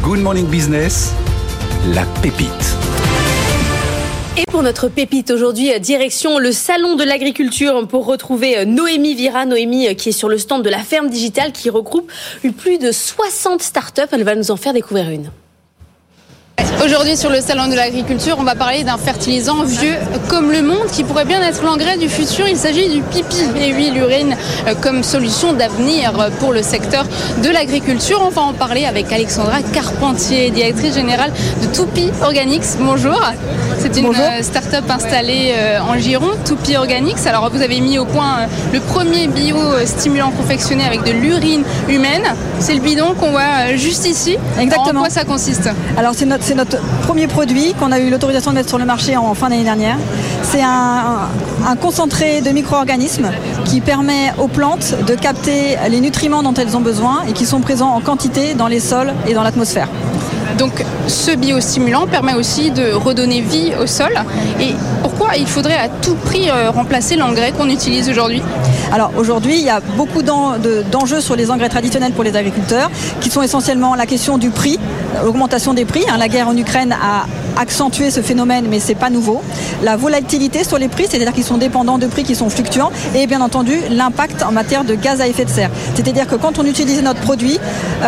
Good Morning Business, la pépite. Et pour notre pépite aujourd'hui, direction le salon de l'agriculture pour retrouver Noémie Vira. Noémie qui est sur le stand de la ferme digitale qui regroupe plus de 60 startups. Elle va nous en faire découvrir une. Aujourd'hui sur le salon de l'agriculture, on va parler d'un fertilisant vieux comme le monde qui pourrait bien être l'engrais du futur. Il s'agit du pipi. Et oui, l'urine comme solution d'avenir pour le secteur de l'agriculture. On va en parler avec Alexandra Carpentier, directrice générale de Toupy Organics. Bonjour. C'est une start-up installée en Gironde, Toupy Organics. Alors vous avez mis au point le premier biostimulant confectionné avec de l'urine humaine. C'est le bidon qu'on voit juste ici. Exactement. En quoi ça consiste ? Alors c'est notre premier produit qu'on a eu l'autorisation de mettre sur le marché en fin d'année dernière. C'est un concentré de micro-organismes qui permet aux plantes de capter les nutriments dont elles ont besoin et qui sont présents en quantité dans les sols et dans l'atmosphère. Donc ce biostimulant permet aussi de redonner vie au sol. Et pourquoi il faudrait à tout prix remplacer l'engrais qu'on utilise aujourd'hui ? Alors aujourd'hui, il y a beaucoup d'enjeux sur les engrais traditionnels pour les agriculteurs, qui sont essentiellement la question du prix, l'augmentation des prix. La guerre en Ukraine a accentué ce phénomène, mais c'est pas nouveau. La volatilité sur les prix, c'est-à-dire qu'ils sont dépendants de prix qui sont fluctuants, et bien entendu l'impact en matière de gaz à effet de serre. C'est-à-dire que quand on utilise notre produit,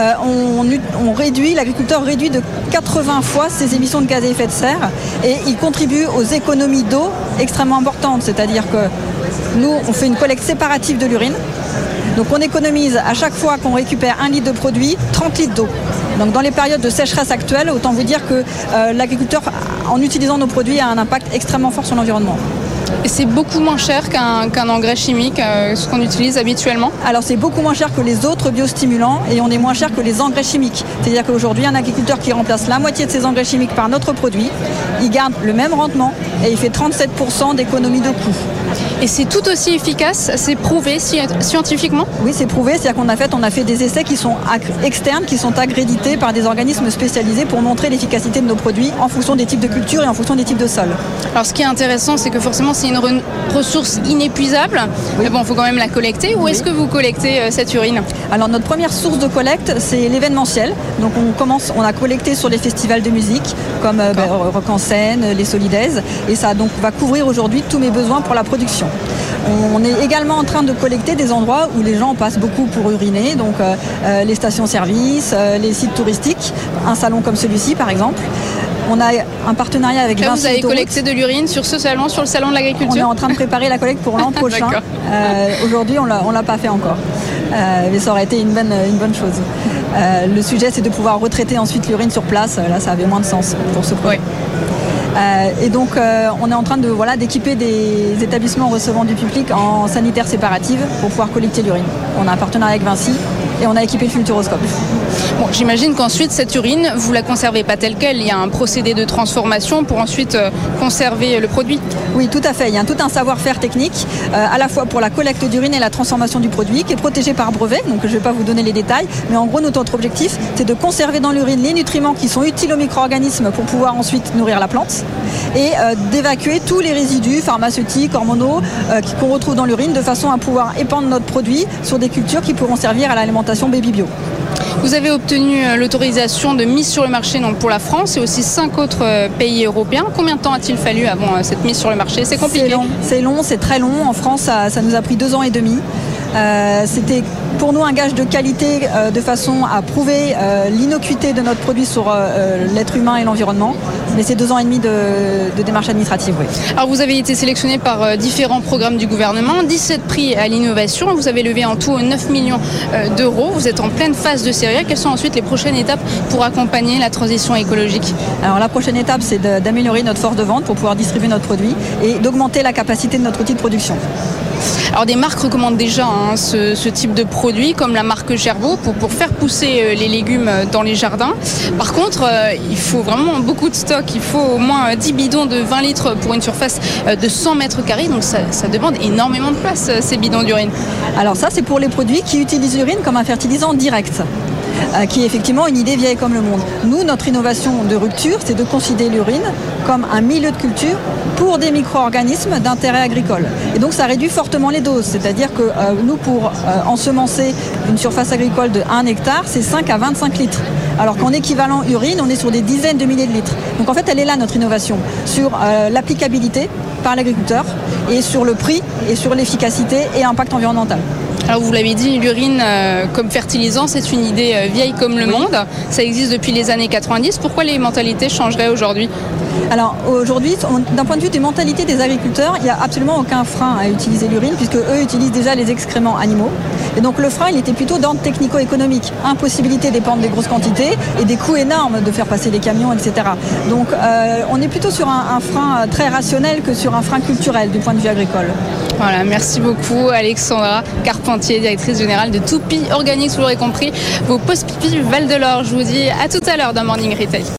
l'agriculteur réduit de 80 fois ses émissions de gaz à effet de serre, et il contribue aux économies d'eau extrêmement importantes. C'est-à-dire que nous, on fait une collecte séparative de l'urine. Donc on économise à chaque fois qu'on récupère 1 litre de produit, 30 litres d'eau. Donc dans les périodes de sécheresse actuelles, autant vous dire que l'agriculteur, en utilisant nos produits, a un impact extrêmement fort sur l'environnement. Et c'est beaucoup moins cher qu'un engrais chimique, ce qu'on utilise habituellement ? Alors c'est beaucoup moins cher que les autres biostimulants et on est moins cher que les engrais chimiques. C'est-à-dire qu'aujourd'hui, un agriculteur qui remplace la moitié de ses engrais chimiques par notre produit, il garde le même rendement et il fait 37% d'économie de coût. Et c'est tout aussi efficace, c'est prouvé scientifiquement ? Oui, c'est prouvé, c'est-à-dire qu'on a fait des essais qui sont externes, qui sont accrédités par des organismes spécialisés pour montrer l'efficacité de nos produits en fonction des types de cultures et en fonction des types de sols. Alors ce qui est intéressant, c'est que forcément c'est une ressource inépuisable, oui. Mais bon, il faut quand même la collecter. Où est-ce que vous collectez cette urine ? Alors notre première source de collecte, c'est l'événementiel. Donc on a collecté sur les festivals de musique, comme Rock en Seine, les Solidaises, et ça donc va couvrir aujourd'hui tous mes besoins pour la production. On est également en train de collecter des endroits où les gens passent beaucoup pour uriner, donc les stations-service, les sites touristiques, un salon comme celui-ci par exemple. On a un partenariat avec Vinci. Vous avez collecté de l'urine sur ce salon, sur le salon de l'agriculture ? On est en train de préparer la collecte pour l'an prochain. Aujourd'hui, on l'a pas fait encore. Mais ça aurait été une bonne chose. Le sujet, c'est de pouvoir retraiter ensuite l'urine sur place. Là, ça avait moins de sens pour ce produit. Oui. Et donc, on est en train d'équiper des établissements recevant du public en sanitaire séparative pour pouvoir collecter l'urine. On a un partenariat avec Vinci et on a équipé le Futuroscope. Bon, j'imagine qu'ensuite, cette urine, vous la conservez pas telle quelle. Il y a un procédé de transformation pour ensuite conserver le produit. Oui, tout à fait. Il y a tout un savoir-faire technique, à la fois pour la collecte d'urine et la transformation du produit, qui est protégé par brevet. Donc, je ne vais pas vous donner les détails. Mais en gros, notre objectif, c'est de conserver dans l'urine les nutriments qui sont utiles aux micro-organismes pour pouvoir ensuite nourrir la plante et d'évacuer tous les résidus pharmaceutiques, hormonaux qu'on retrouve dans l'urine de façon à pouvoir épandre notre produit sur des cultures qui pourront servir à l'alimentation baby bio. Vous avez obtenu l'autorisation de mise sur le marché donc pour la France et aussi 5 autres pays européens. Combien de temps a-t-il fallu avant cette mise sur le marché ? C'est compliqué. C'est très long. En France, ça nous a pris 2 ans et demi. C'était pour nous un gage de qualité de façon à prouver l'innocuité de notre produit sur l'être humain et l'environnement. Mais c'est 2 ans et demi de démarche administrative, oui. Alors vous avez été sélectionné par différents programmes du gouvernement, 17 prix à l'innovation. Vous avez levé en tout 9 millions d'euros. Vous êtes en pleine phase de série. Quelles sont ensuite les prochaines étapes pour accompagner la transition écologique ? Alors la prochaine étape, c'est d'améliorer notre force de vente pour pouvoir distribuer notre produit et d'augmenter la capacité de notre outil de production. Alors des marques recommandent déjà ce type de produit, comme la marque Gerbeaud, pour faire pousser les légumes dans les jardins. Par contre, il faut vraiment beaucoup de stock. Il faut au moins 10 bidons de 20 litres pour une surface de 100 mètres carrés. Donc ça demande énormément de place, ces bidons d'urine. Alors ça, c'est pour les produits qui utilisent l'urine comme un fertilisant direct. qui est effectivement une idée vieille comme le monde. Nous, notre innovation de rupture, c'est de considérer l'urine comme un milieu de culture pour des micro-organismes d'intérêt agricole. Et donc ça réduit fortement les doses, c'est-à-dire que nous, pour ensemencer une surface agricole de 1 hectare, c'est 5 à 25 litres. Alors qu'en équivalent urine, on est sur des dizaines de milliers de litres. Donc en fait, elle est là, notre innovation, sur l'applicabilité par l'agriculteur et sur le prix et sur l'efficacité et impact environnemental. Alors vous l'avez dit, l'urine comme fertilisant, c'est une idée vieille comme le monde. Ça existe depuis les années 90. Pourquoi les mentalités changeraient aujourd'hui ? Alors aujourd'hui, d'un point de vue des mentalités des agriculteurs, il n'y a absolument aucun frein à utiliser l'urine puisque eux utilisent déjà les excréments animaux. Et donc le frein, il était plutôt d'ordre technico-économique. Impossibilité d'épandre des grosses quantités et des coûts énormes de faire passer les camions, etc. Donc on est plutôt sur un frein très rationnel que sur un frein culturel du point de vue agricole. Voilà, merci beaucoup Alexandra Carpentier, directrice générale de Toupy Organics, vous l'aurez compris, vos pauses pipi Val de l'Or. Je vous dis à tout à l'heure dans Morning Retail.